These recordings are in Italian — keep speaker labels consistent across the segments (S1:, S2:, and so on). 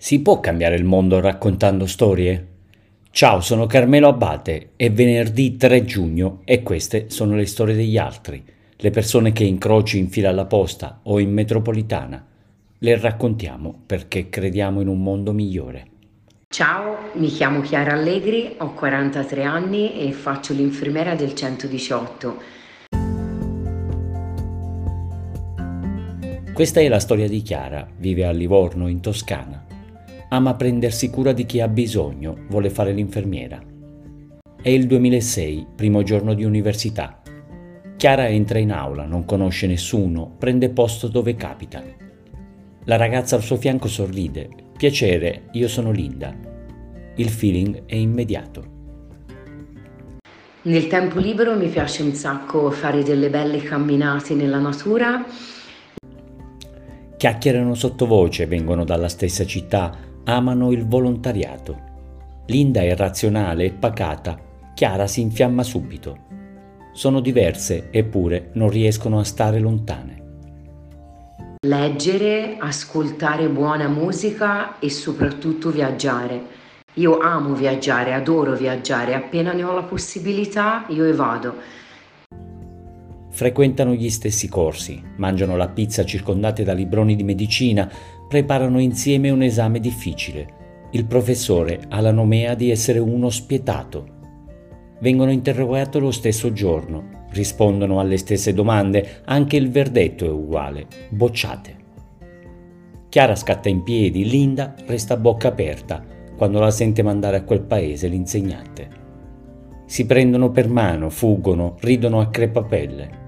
S1: Si può cambiare il mondo raccontando storie? Ciao, sono Carmelo Abate, è venerdì 3 giugno e queste sono le storie degli altri, le persone che incroci in fila alla posta o in metropolitana. Le raccontiamo perché crediamo in un mondo migliore.
S2: Ciao, mi chiamo Chiara Allegri, ho 43 anni e faccio l'infermiera del 118.
S1: Questa è la storia di Chiara, vive a Livorno, in Toscana. Ama prendersi cura di chi ha bisogno, vuole fare l'infermiera. È il 2006, primo giorno di università. Chiara entra in aula, non conosce nessuno, prende posto dove capita. La ragazza al suo fianco sorride. Piacere, io sono Linda. Il feeling è immediato.
S2: Nel tempo libero mi piace un sacco fare delle belle camminate nella natura.
S1: Chiacchierano sottovoce, vengono dalla stessa città, amano il volontariato. Linda è razionale e pacata, Chiara si infiamma subito. Sono diverse, eppure non riescono a stare lontane.
S2: Leggere, ascoltare buona musica e soprattutto viaggiare. Io amo viaggiare, adoro viaggiare, appena ne ho la possibilità io evado.
S1: Frequentano gli stessi corsi, mangiano la pizza circondate da libroni di medicina, preparano insieme un esame difficile. Il professore ha la nomea di essere uno spietato. Vengono interrogate lo stesso giorno, rispondono alle stesse domande, anche il verdetto è uguale, bocciate. Chiara scatta in piedi, Linda resta a bocca aperta quando la sente mandare a quel paese l'insegnante. Si prendono per mano, fuggono, ridono a crepapelle.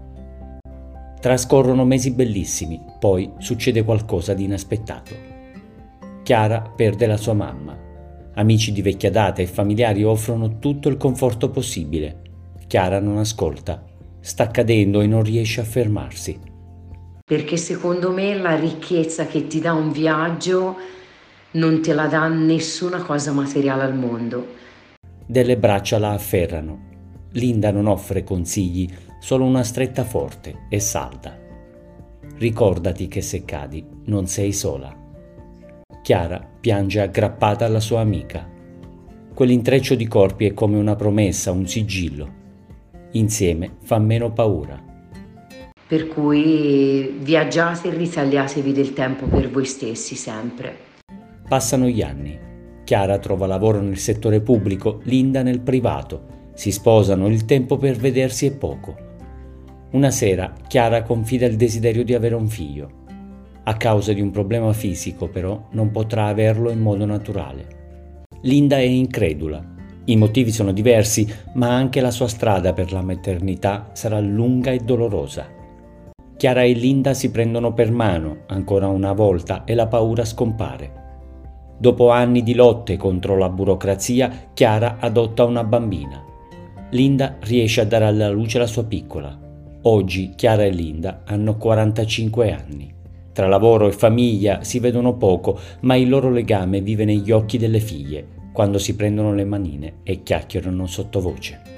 S1: Trascorrono mesi bellissimi, poi succede qualcosa di inaspettato. Chiara perde la sua mamma. Amici di vecchia data e familiari offrono tutto il conforto possibile. Chiara non ascolta, sta cadendo e non riesce a fermarsi.
S2: Perché secondo me la ricchezza che ti dà un viaggio non te la dà nessuna cosa materiale al mondo.
S1: Delle braccia la afferrano. Linda non offre consigli, solo una stretta forte e salda. Ricordati che se cadi non sei sola. Chiara piange aggrappata alla sua amica. Quell'intreccio di corpi è come una promessa, un sigillo. Insieme fa meno paura.
S2: Per cui viaggiate e ritagliatevi del tempo per voi stessi sempre.
S1: Passano gli anni. Chiara trova lavoro nel settore pubblico, Linda nel privato. Si sposano, il tempo per vedersi è poco. Una sera Chiara confida il desiderio di avere un figlio. A causa di un problema fisico, però, non potrà averlo in modo naturale. Linda è incredula. I motivi sono diversi, ma anche la sua strada per la maternità sarà lunga e dolorosa. Chiara e Linda si prendono per mano, ancora una volta, e la paura scompare. Dopo anni di lotte contro la burocrazia, Chiara adotta una bambina. Linda riesce a dare alla luce la sua piccola. Oggi Chiara e Linda hanno 45 anni. Tra lavoro e famiglia si vedono poco, ma il loro legame vive negli occhi delle figlie, quando si prendono le manine e chiacchierano sottovoce.